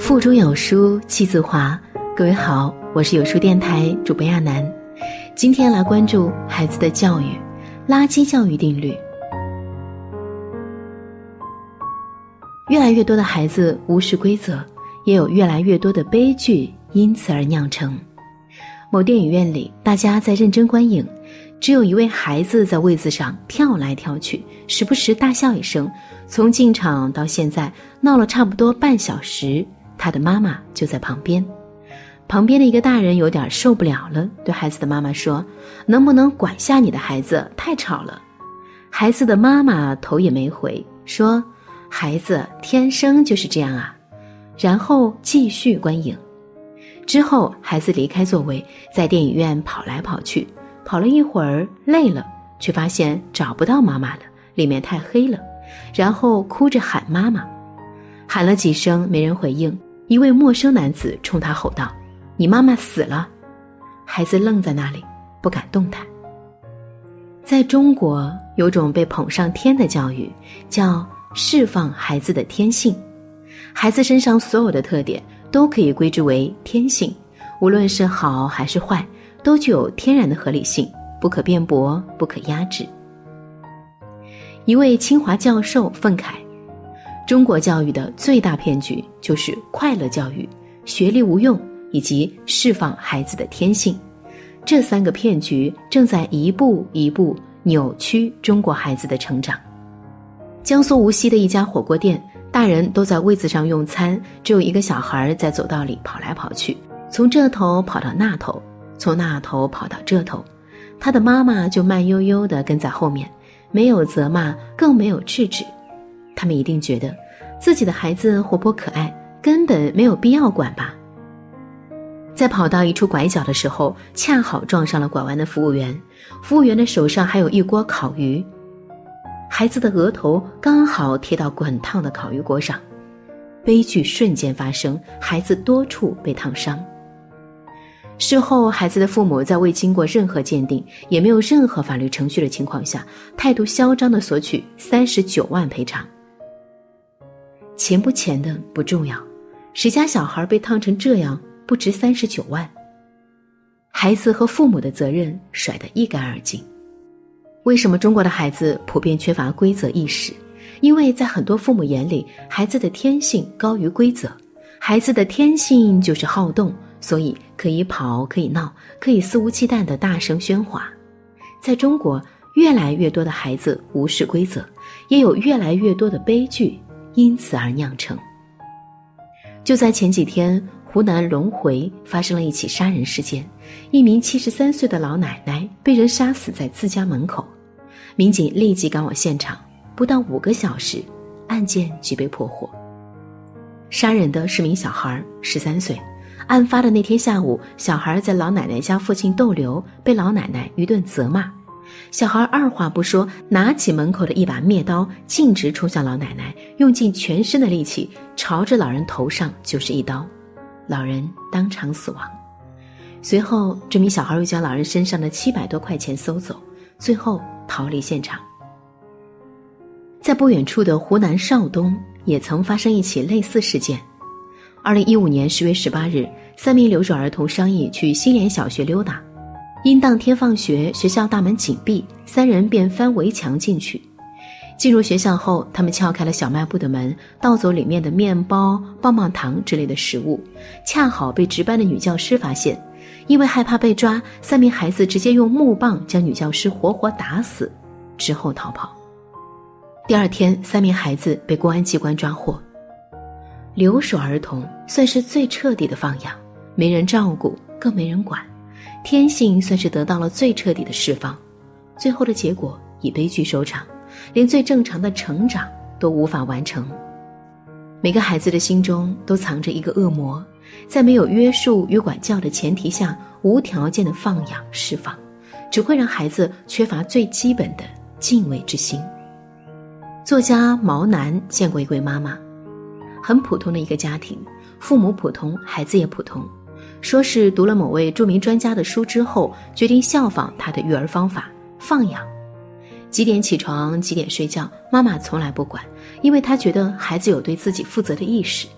腹中有书气自华。各位好，我是有书电台主播亚楠。今天来关注孩子的教育，垃圾教育定律。越来越多的孩子无视规则，也有越来越多的悲剧因此而酿成。某电影院里，大家在认真观影，只有一位孩子在位子上跳来跳去，时不时大笑一声。从进场到现在闹了差不多半小时，他的妈妈就在旁边。旁边的一个大人有点受不了了，对孩子的妈妈说：“能不能管下你的孩子，太吵了。”孩子的妈妈头也没回，说：“孩子天生就是这样啊。”然后继续观影。之后孩子离开座位，在电影院跑来跑去，跑了一会儿累了，却发现找不到妈妈了，里面太黑了，然后哭着喊妈妈。喊了几声没人回应，一位陌生男子冲他吼道：“你妈妈死了。”孩子愣在那里，不敢动弹。在中国有种被捧上天的教育，叫释放孩子的天性。孩子身上所有的特点都可以归之为天性，无论是好还是坏，都具有天然的合理性，不可辩驳，不可压制。一位清华教授愤慨，中国教育的最大骗局就是快乐教育、学历无用以及释放孩子的天性。这三个骗局正在一步一步扭曲中国孩子的成长。江苏无锡的一家火锅店，大人都在位子上用餐，只有一个小孩在走道里跑来跑去，从这头跑到那头，从那头跑到这头。他的妈妈就慢悠悠地跟在后面，没有责骂，更没有制止。他们一定觉得自己的孩子活泼可爱，根本没有必要管吧。在跑到一处拐角的时候，恰好撞上了拐弯的服务员，服务员的手上还有一锅烤鱼，孩子的额头刚好贴到滚烫的烤鱼锅上，悲剧瞬间发生，孩子多处被烫伤。事后孩子的父母在未经过任何鉴定，也没有任何法律程序的情况下，态度嚣张地索取39万赔偿。钱不钱的不重要，谁家小孩被烫成这样不值39万。孩子和父母的责任甩得一干二净。为什么中国的孩子普遍缺乏规则意识？因为在很多父母眼里，孩子的天性高于规则。孩子的天性就是好动，所以可以跑，可以闹，可以肆无忌惮地大声喧哗。在中国，越来越多的孩子无视规则，也有越来越多的悲剧因此而酿成。就在前几天，湖南隆回发生了一起杀人事件，一名73岁的老奶奶被人杀死在自家门口。民警立即赶往现场，不到5个小时，案件即被破获。杀人的是名小孩，13岁。案发的那天下午，小孩在老奶奶家附近逗留，被老奶奶一顿责骂。小孩二话不说，拿起门口的一把灭刀，径直冲向老奶奶，用尽全身的力气朝着老人头上就是一刀，老人当场死亡。随后这名小孩又将老人身上的700多块钱搜走，最后逃离现场。在不远处的湖南邵东也曾发生一起类似事件。2015年10月18日，3名留守儿童商议去新联小学溜达，因当天放学学校大门紧闭，3人便翻围墙进去。进入学校后，他们撬开了小卖部的门，盗走里面的面包、棒棒糖之类的食物，恰好被值班的女教师发现。因为害怕被抓，3名孩子直接用木棒将女教师活活打死，之后逃跑。第二天，3名孩子被公安机关抓获。留守儿童算是最彻底的放养，没人照顾，更没人管，天性算是得到了最彻底的释放。最后的结果以悲剧收场，连最正常的成长都无法完成。每个孩子的心中都藏着一个恶魔，在没有约束与管教的前提下，无条件的放养释放，只会让孩子缺乏最基本的敬畏之心。作家毛南见过一位妈妈，很普通的一个家庭，父母普通，孩子也普通。说是读了某位著名专家的书之后，决定效仿他的育儿方法，放养。几点起床，几点睡觉，妈妈从来不管，因为她觉得孩子有对自己负责的意识。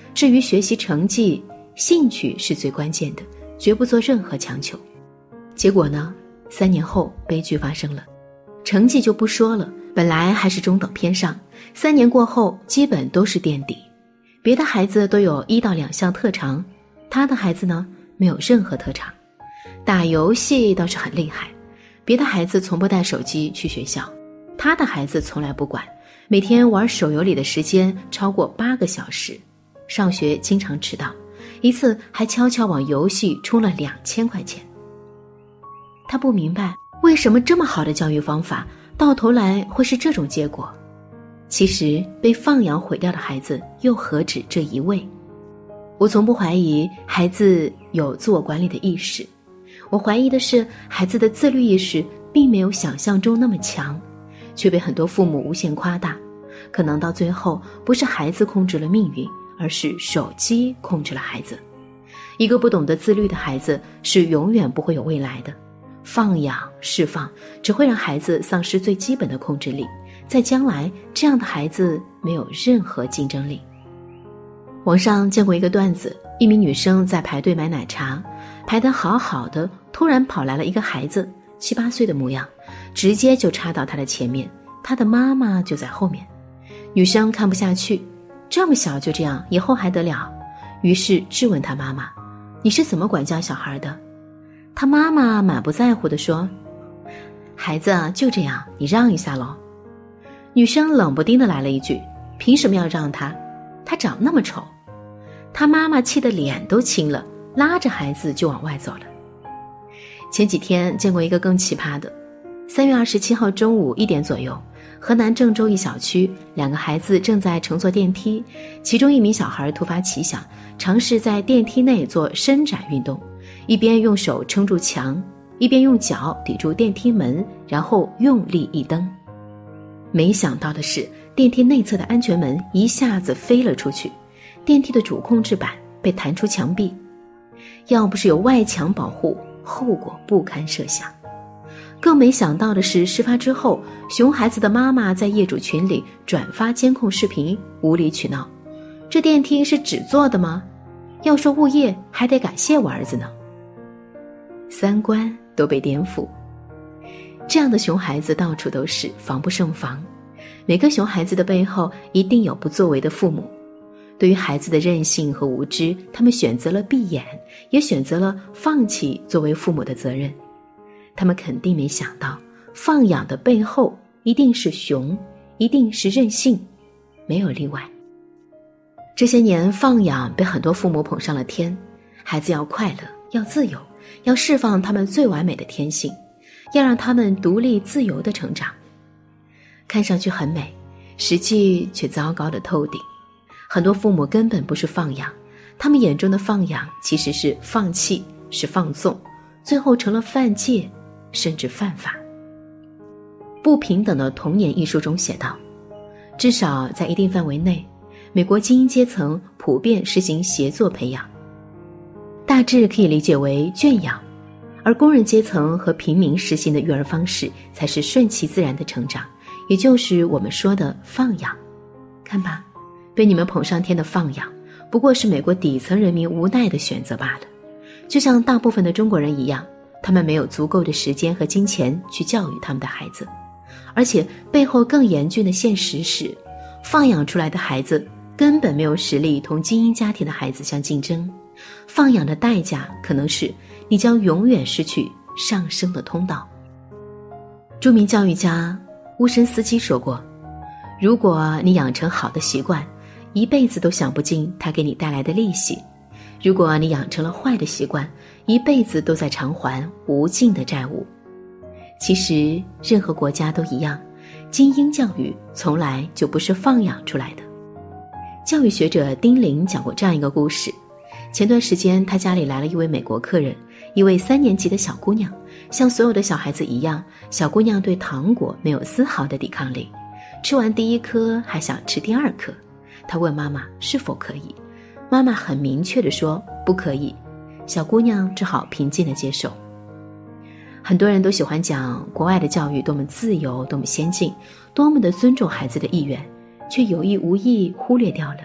至于学习成绩，兴趣是最关键的，绝不做任何强求。结果呢，3年后悲剧发生了。成绩就不说了，本来还是中等偏上，3年过后基本都是垫底。别的孩子都有1到2项特长，他的孩子呢没有任何特长。打游戏倒是很厉害，别的孩子从不带手机去学校，他的孩子从来不管，每天玩手游里的时间超过8个小时，上学经常迟到，一次还悄悄往游戏充了2000块钱。他不明白为什么这么好的教育方法到头来会是这种结果。其实被放养毁掉的孩子又何止这一位。我从不怀疑孩子有自我管理的意识，我怀疑的是孩子的自律意识并没有想象中那么强，却被很多父母无限夸大。可能到最后不是孩子控制了命运，而是手机控制了孩子。一个不懂得自律的孩子是永远不会有未来的。放养释放只会让孩子丧失最基本的控制力，在将来这样的孩子没有任何竞争力。网上见过一个段子，一名女生在排队买奶茶，排得好好的，突然跑来了一个孩子，7、8岁的模样，直接就插到她的前面，她的妈妈就在后面。女生看不下去，这么小就这样，以后还得了？于是质问她妈妈，你是怎么管教小孩的？她妈妈满不在乎地说，孩子就这样，你让一下咯。女生冷不丁地来了一句，凭什么要让他？他长那么丑。她妈妈气得脸都青了，拉着孩子就往外走了。前几天见过一个更奇葩的，3月27号中午1点左右，河南郑州一小区，2个孩子正在乘坐电梯，其中一名小孩突发奇想，尝试在电梯内做伸展运动，一边用手撑住墙，一边用脚抵住电梯门，然后用力一蹬。没想到的是，电梯内侧的安全门一下子飞了出去，电梯的主控制板被弹出墙壁。要不是有外墙保护，后果不堪设想。更没想到的是，事发之后，熊孩子的妈妈在业主群里转发监控视频，无理取闹。这电梯是纸做的吗？要说物业，还得感谢我儿子呢。三观都被颠覆。这样的熊孩子到处都是，防不胜防。每个熊孩子的背后一定有不作为的父母。对于孩子的任性和无知，他们选择了闭眼，也选择了放弃作为父母的责任。他们肯定没想到，放养的背后一定是熊，一定是任性，没有例外。这些年，放养被很多父母捧上了天，孩子要快乐，要自由，要释放他们最完美的天性，要让他们独立自由地成长。看上去很美，实际却糟糕的透顶。很多父母根本不是放养，他们眼中的放养其实是放弃，是放纵，最后成了犯戒，甚至犯法。不平等的童年一书中写道，至少在一定范围内，美国精英阶层普遍实行协作培养，大致可以理解为圈养，而工人阶层和平民实行的育儿方式才是顺其自然的成长，也就是我们说的放养。看吧，被你们捧上天的放养，不过是美国底层人民无奈的选择罢了。就像大部分的中国人一样，他们没有足够的时间和金钱去教育他们的孩子，而且背后更严峻的现实是，放养出来的孩子根本没有实力同精英家庭的孩子相竞争。放养的代价可能是你将永远失去上升的通道。著名教育家乌申斯基说过，如果你养成好的习惯，一辈子都享不尽它给你带来的利息；如果你养成了坏的习惯，一辈子都在偿还无尽的债务。其实任何国家都一样，精英教育从来就不是放养出来的。教育学者丁玲讲过这样一个故事，前段时间他家里来了一位美国客人，一位3年级的小姑娘。像所有的小孩子一样，小姑娘对糖果没有丝毫的抵抗力，吃完第1颗还想吃第2颗。她问妈妈是否可以，妈妈很明确地说不可以，小姑娘只好平静地接受。很多人都喜欢讲国外的教育多么自由，多么先进，多么的尊重孩子的意愿，却有意无意忽略掉了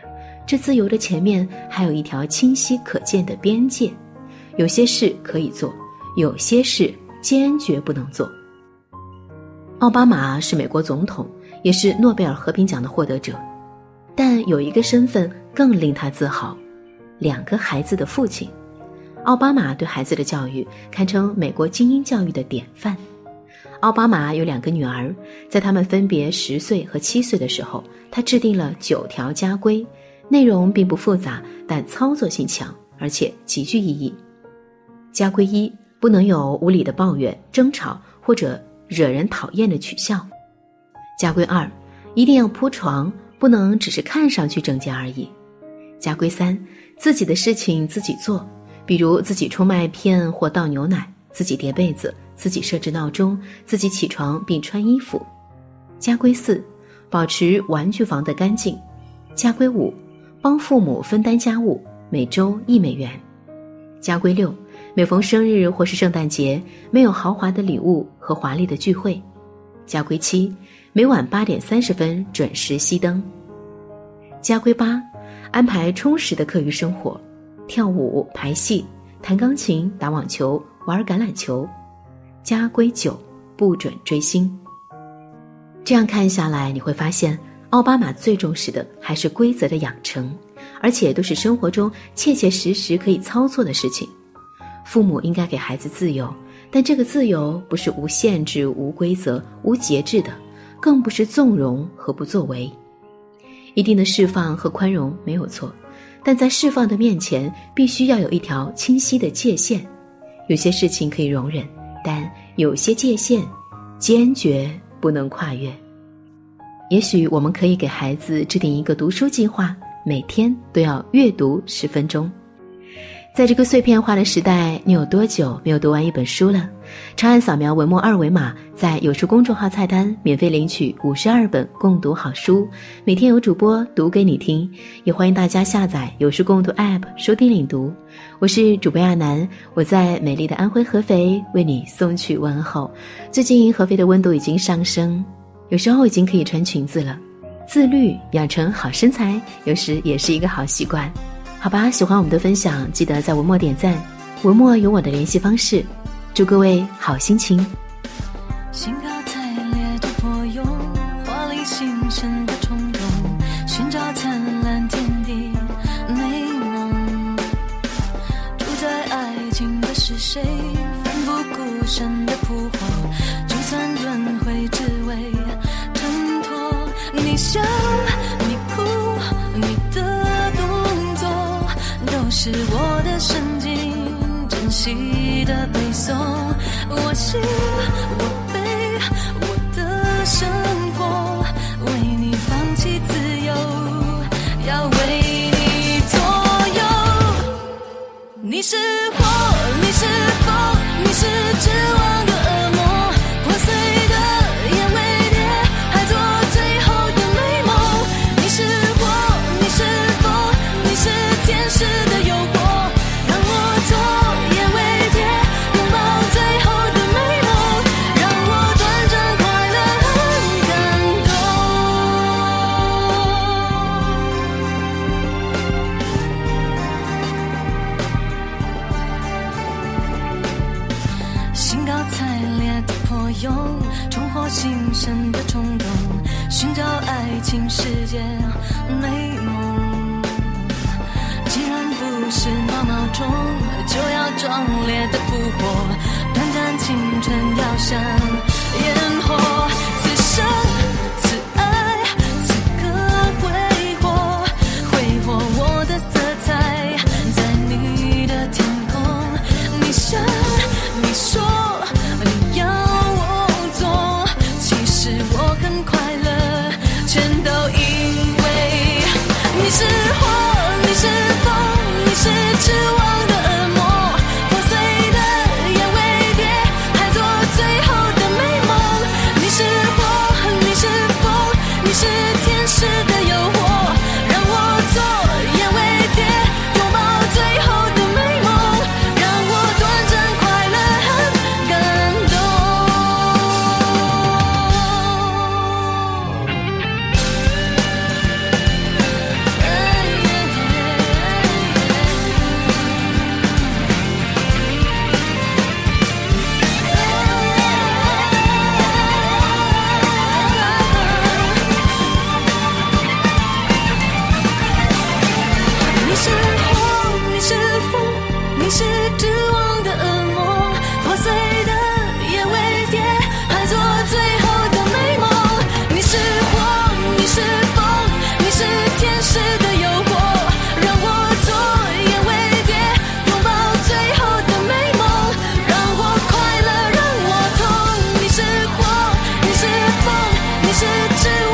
这自由的前面还有一条清晰可见的边界，有些事可以做，有些事坚决不能做。奥巴马是美国总统，也是诺贝尔和平奖的获得者，但有一个身份更令他自豪，2个孩子的父亲。奥巴马对孩子的教育堪称美国精英教育的典范。奥巴马有2个女儿，在他们分别10岁和7岁的时候，他制定了9条家规，内容并不复杂，但操作性强，而且极具意义。家规1，不能有无理的抱怨、争吵或者惹人讨厌的取笑。家规2，一定要铺床，不能只是看上去整洁而已。家规3，自己的事情自己做，比如自己冲麦片或倒牛奶，自己叠被子，自己设置闹钟，自己起床并穿衣服。家规4，保持玩具房的干净。家规5，帮父母分担家务，每周1美元。家规6，每逢生日或是圣诞节，没有豪华的礼物和华丽的聚会。家规7，每晚8点30分准时熄灯。家规8，安排充实的课余生活，跳舞、排戏、弹钢琴、打网球、玩橄榄球。家规9，不准追星。这样看下来，你会发现奥巴马最重视的还是规则的养成，而且都是生活中切切实实可以操作的事情。父母应该给孩子自由，但这个自由不是无限制、无规则、无节制的，更不是纵容和不作为。一定的释放和宽容没有错，但在释放的面前，必须要有一条清晰的界限。有些事情可以容忍，但有些界限坚决不能跨越。也许我们可以给孩子制定一个读书计划，每天都要阅读10分钟。在这个碎片化的时代，你有多久没有读完一本书了？长按扫描文末2维码，在有书公众号菜单免费领取52本共读好书，每天有主播读给你听。也欢迎大家下载有书共读 App 收听领读。我是主播亚楠，我在美丽的安徽合肥为你送去问候。最近合肥的温度已经上升，有时候已经可以穿裙子了。自律养成好身材，有时也是一个好习惯。好吧，喜欢我们的分享，记得在文末点赞，文末有我的联系方式。祝各位好心情。 兴高采烈的破蛹，华丽新生的冲动，寻找灿烂天地美梦。住在爱情的是谁？奋不顾身的扑火，就算轮回只为挣脱。你笑，你哭，你的动作都是我的神经，珍惜的背诵。我信，我背，我的生活，为你放弃自由，要为你左右。你是火，你是风，你是指望的恶魔，破碎的眼为蝶，还做最后的美梦。你是火，你是风，你是天使的诱惑，让我做眼为蝶，拥抱最后的美梦，让我短暂快乐很感动。兴高采烈的破蛹，重获新生的冲动，寻找爱情世界美梦。既然不是毛毛虫，就要壮烈的扑火，短暂青春要像烟火。此生此爱此刻挥霍，挥霍我的色彩，在你的天空。你想你说你要我做，其实我很快乐，全都因为你是火，你是风，你是指望的恶魔，破碎的眼为蝶，还做最后的美梦。你是火，你是